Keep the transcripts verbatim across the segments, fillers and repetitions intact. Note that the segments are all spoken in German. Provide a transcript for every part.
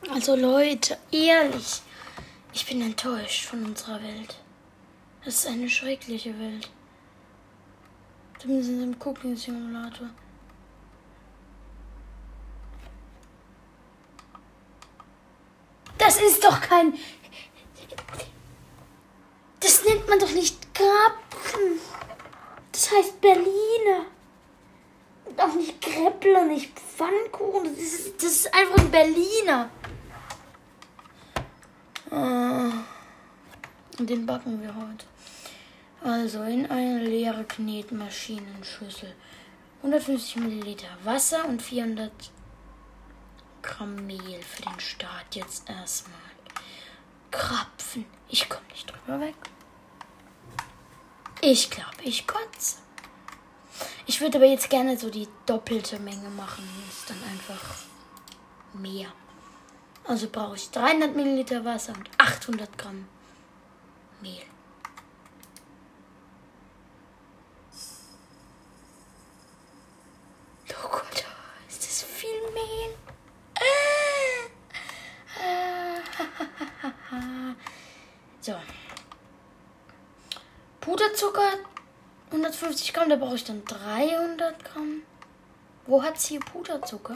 Also Leute, ehrlich, ich bin enttäuscht von unserer Welt. Das ist eine schreckliche Welt. Zumindest im Cooking Simulator. Das ist doch kein... Das nennt man doch nicht Krapfen. Das heißt Berliner. Und auch nicht Kreppler, nicht Pfannkuchen. Das ist, das ist einfach ein Berliner. Und den backen wir heute. Also in eine leere Knetmaschinenschüssel. hundertfünfzig Milliliter Wasser und vierhundert Gramm Mehl für den Start jetzt erstmal. Krapfen. Ich komme nicht drüber weg. Ich glaube, ich kotze. Ich würde aber jetzt gerne so die doppelte Menge machen. Das ist dann einfach mehr. Also brauche ich dreihundert Milliliter Wasser und achthundert Gramm Mehl. Oh Gott, ist das viel Mehl? So. Puderzucker, hundertfünfzig Gramm, da brauche ich dann dreihundert Gramm. Wo hat es hier Puderzucker?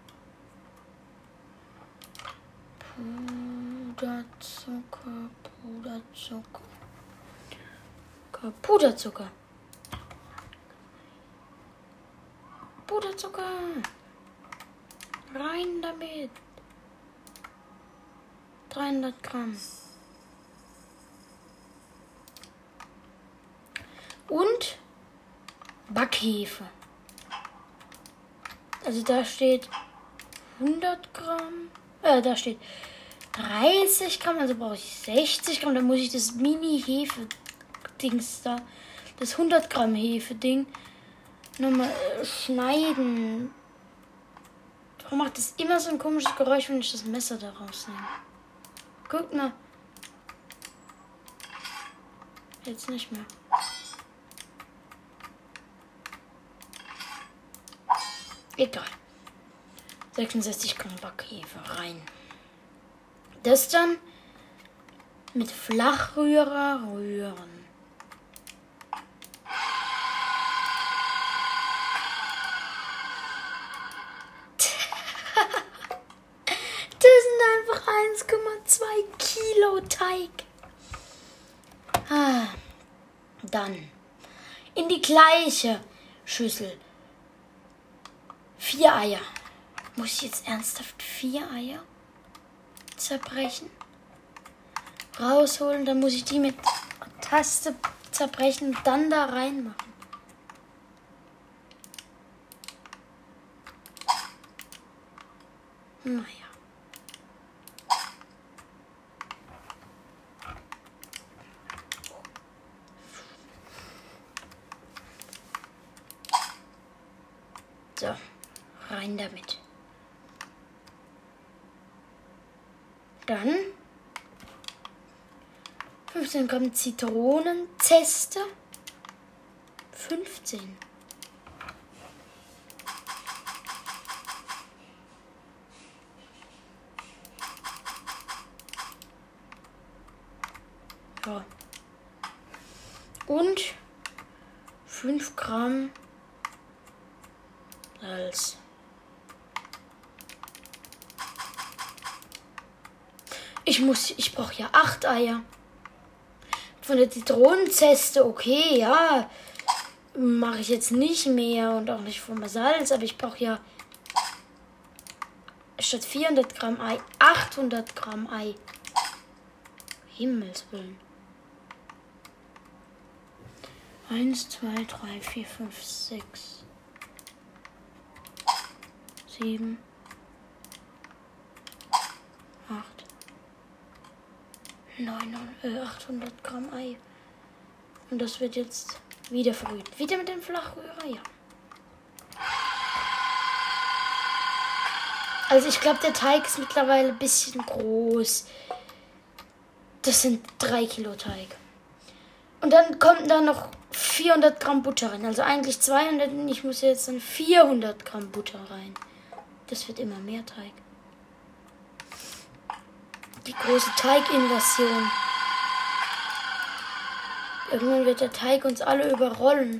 Puderzucker, Puderzucker. Puderzucker. Puderzucker. Rein damit. dreihundert Gramm. Und Backhefe. Also da steht hundert Gramm. Äh, da steht dreißig Gramm. Also brauche ich sechzig Gramm. Dann muss ich das Mini-Hefe-Dings da, das hundert Gramm Hefe-Ding, nochmal äh, schneiden. Warum macht das immer so ein komisches Geräusch, wenn ich das Messer da rausnehme? Guck mal. Jetzt nicht mehr. Egal. sechsundsechzig Gramm Backhefe rein. Das dann mit Flachrührer rühren. Das sind einfach eins Komma zwei Kilo Teig. Ah, dann in die gleiche Schüssel vier Eier. Muss ich jetzt ernsthaft vier Eier zerbrechen? Rausholen, dann muss ich die mit Taste zerbrechen und dann da reinmachen. Naja. So, rein damit. Dann fünfzehn Gramm Zitronenzeste. fünfzehn. Ja. Und fünf Gramm Salz. Ich muss, ich brauche ja acht Eier. Von der Zitronenzeste, okay, ja, mache ich jetzt nicht mehr und auch nicht vom Salz, aber ich brauche ja statt vierhundert Gramm Ei achthundert Gramm Ei. Himmels Willen. Eins, zwei, drei, vier, fünf, sechs, sieben, acht, neun, äh, achthundert Gramm Ei. Und das wird jetzt wieder verrührt. Wieder mit dem Flachrührer, ja. Also ich glaube, der Teig ist mittlerweile ein bisschen groß. Das sind drei Kilo Teig. Und dann kommt da noch vierhundert Gramm Butter rein. Also eigentlich zweihundert und ich muss jetzt dann vierhundert Gramm Butter rein. Das wird immer mehr Teig. Die große Teiginvasion. Irgendwann wird der Teig uns alle überrollen.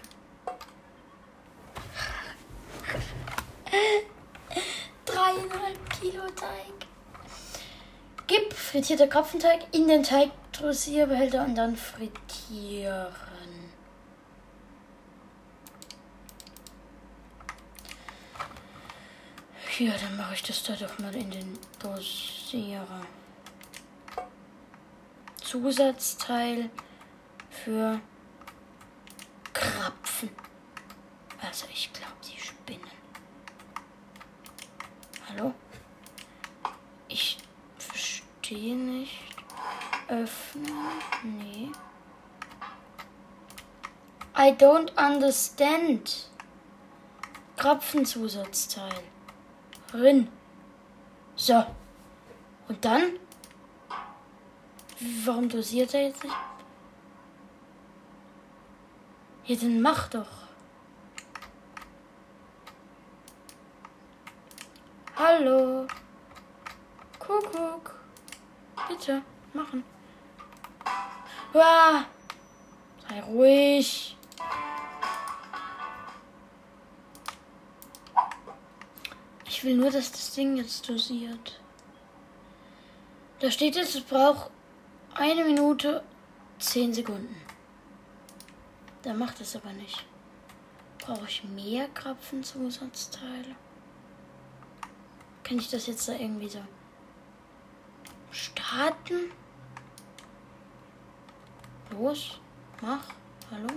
Dreieinhalb Kilo Teig. Gib frittierter Krapfenteig in den Teigdosierbehälter und dann frittieren. Ja, dann mache ich das da doch mal in den Dosierer. Zusatzteil für Krapfen. Also ich glaube, die spinnen. Hallo? Ich verstehe nicht. Öffnen? Nee. I don't understand. Krapfenzusatzteil. Rin. So. Und dann? Warum dosiert er jetzt nicht? Ja, dann mach doch. Hallo. Kuckuck. Bitte, machen. Uah. Sei ruhig. Ich will nur, dass das Ding jetzt dosiert. Da steht jetzt, es braucht eine Minute zehn Sekunden. Da macht es aber nicht. Brauche ich mehr Krapfenzusatzteile? Kann ich das jetzt da irgendwie so starten? Los, mach. Hallo?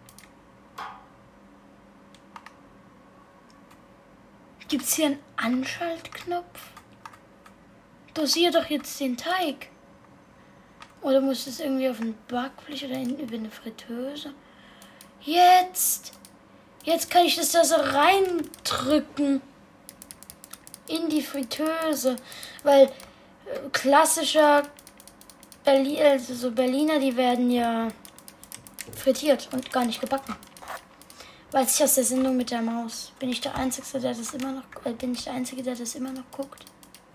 Gibt es hier einen Anschaltknopf? Dosier doch jetzt den Teig. Oder muss es irgendwie auf ein Backblech oder in, über eine Fritteuse? Jetzt! Jetzt kann ich das da so reindrücken. In die Fritteuse. Weil äh, klassischer Berli also so Berliner, die werden ja frittiert und gar nicht gebacken. Weiß ich aus der Sendung mit der Maus. Bin ich der Einzige, der das immer noch äh, bin ich der Einzige, der das immer noch guckt?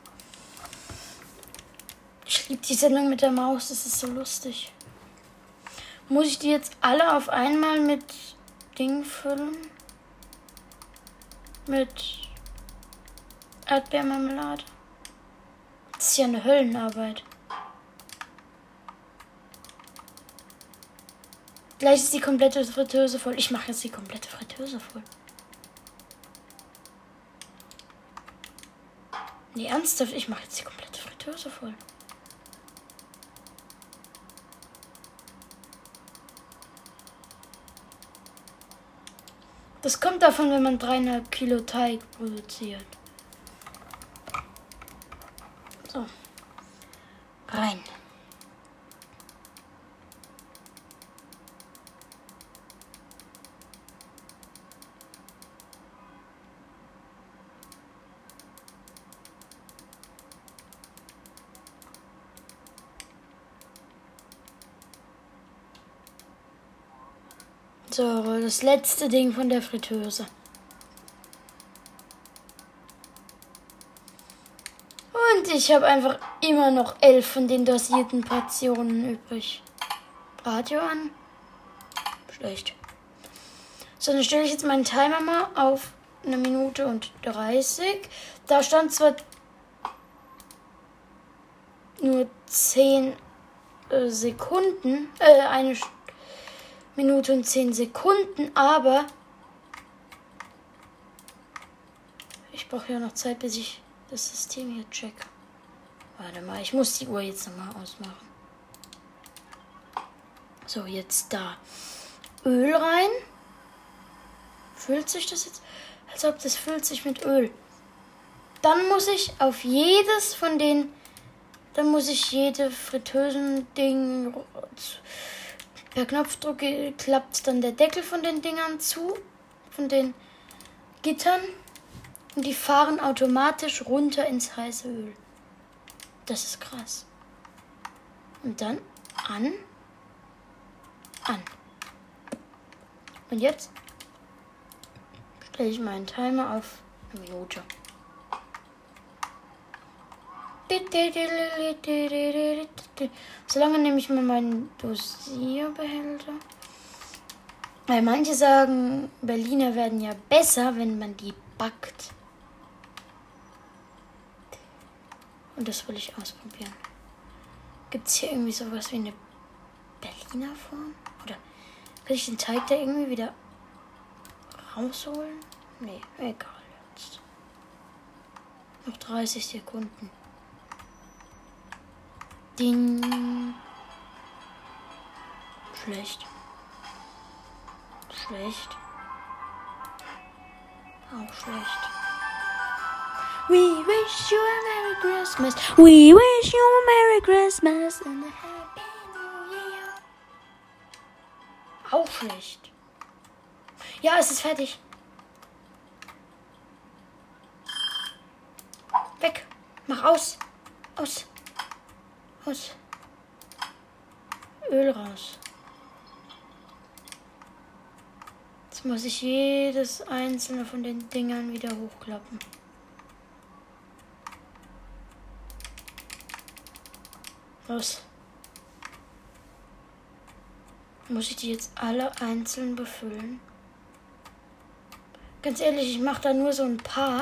Ich liebe die Sendung mit der Maus, das ist so lustig. Muss ich die jetzt alle auf einmal mit Ding füllen? Mit Erdbeermarmelade? Das ist ja eine Höllenarbeit. Gleich ist die komplette Fritteuse voll. Ich mache jetzt die komplette Fritteuse voll. Nee, ernsthaft, ich mache jetzt die komplette Fritteuse voll. Das kommt davon, wenn man dreieinhalb Kilo Teig produziert. So. Rein. So, das letzte Ding von der Fritteuse. Und ich habe einfach immer noch elf von den dosierten Portionen übrig. Radio an. Schlecht. So, dann stelle ich jetzt meinen Timer mal auf eine Minute und dreißig. Da stand zwar nur zehn äh, Sekunden, äh, eine Minute und zehn Sekunden, aber ich brauche ja noch Zeit, bis ich das System hier checke. Warte mal, ich muss die Uhr jetzt nochmal ausmachen. So, jetzt da. Öl rein. Füllt sich das jetzt? Als ob das füllt sich mit Öl. Dann muss ich auf jedes von den, dann muss ich jede Fritteusen-Ding, per Knopfdruck klappt dann der Deckel von den Dingern zu, von den Gittern. Und die fahren automatisch runter ins heiße Öl. Das ist krass. Und dann an, an. Und jetzt stelle ich meinen Timer auf eine Minute. Solange nehme ich mal meinen Dosierbehälter. Weil manche sagen, Berliner werden ja besser, wenn man die backt. Und das will ich ausprobieren. Gibt es hier irgendwie sowas wie eine Berliner Form? Oder will ich den Teig da irgendwie wieder rausholen? Nee, egal jetzt. Noch dreißig Sekunden. Ding. Schlecht. Schlecht. Auch schlecht. We wish you a Merry Christmas. We wish you a Merry Christmas and a Happy New Year. Auch schlecht. Ja, es ist fertig. Weg. Mach aus. Aus. Aus. Öl raus. Jetzt muss ich jedes einzelne von den Dingern wieder hochklappen. Los. Muss ich die jetzt alle einzeln befüllen? Ganz ehrlich, ich mache da nur so ein paar.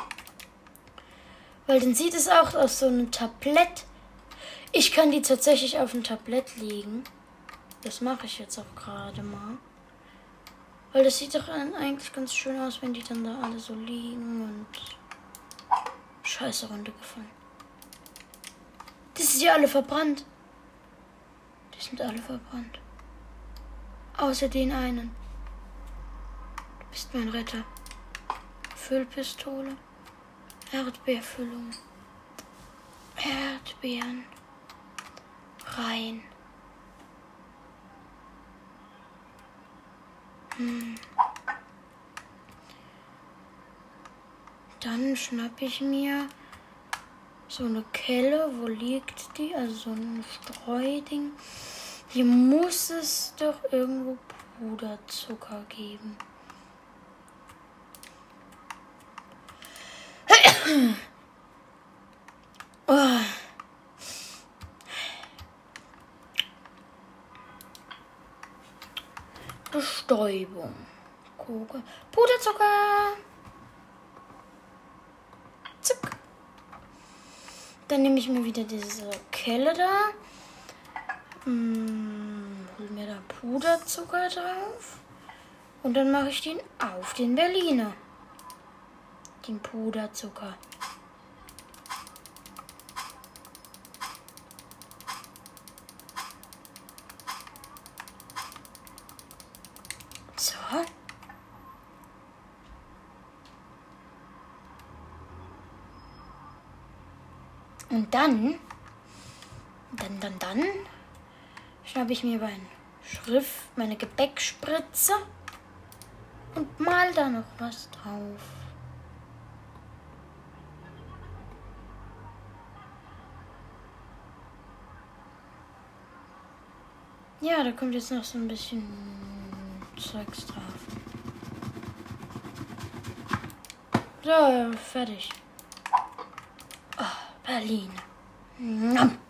Weil dann sieht es auch aus so einem Tablett. Ich kann die tatsächlich auf ein Tablett legen. Das mache ich jetzt auch gerade mal. Weil das sieht doch eigentlich ganz schön aus, wenn die dann da alle so liegen und... Scheiße, runtergefallen. Die sind ja alle verbrannt. Die sind alle verbrannt. Außer den einen. Du bist mein Retter. Füllpistole. Erdbeerfüllung. Erdbeeren. Rein. Hm. Dann schnapp ich mir so eine Kelle. Wo liegt die? Also so ein Streuding. Hier muss es doch irgendwo Puderzucker geben. Oh. Bestäubung. Koke. Puderzucker. Zack. Dann nehme ich mir wieder diese Kelle da. Hm, hol mir da Puderzucker drauf. Und dann mache ich den auf den Berliner. Den Puderzucker. So. Und dann, dann, dann, dann schnappe ich mir meine Schrift, meine Gebäckspritze und mal da noch was drauf. Ja, da kommt jetzt noch so ein bisschen Zeugs drauf. So, fertig. Oh, Berlin. Nom.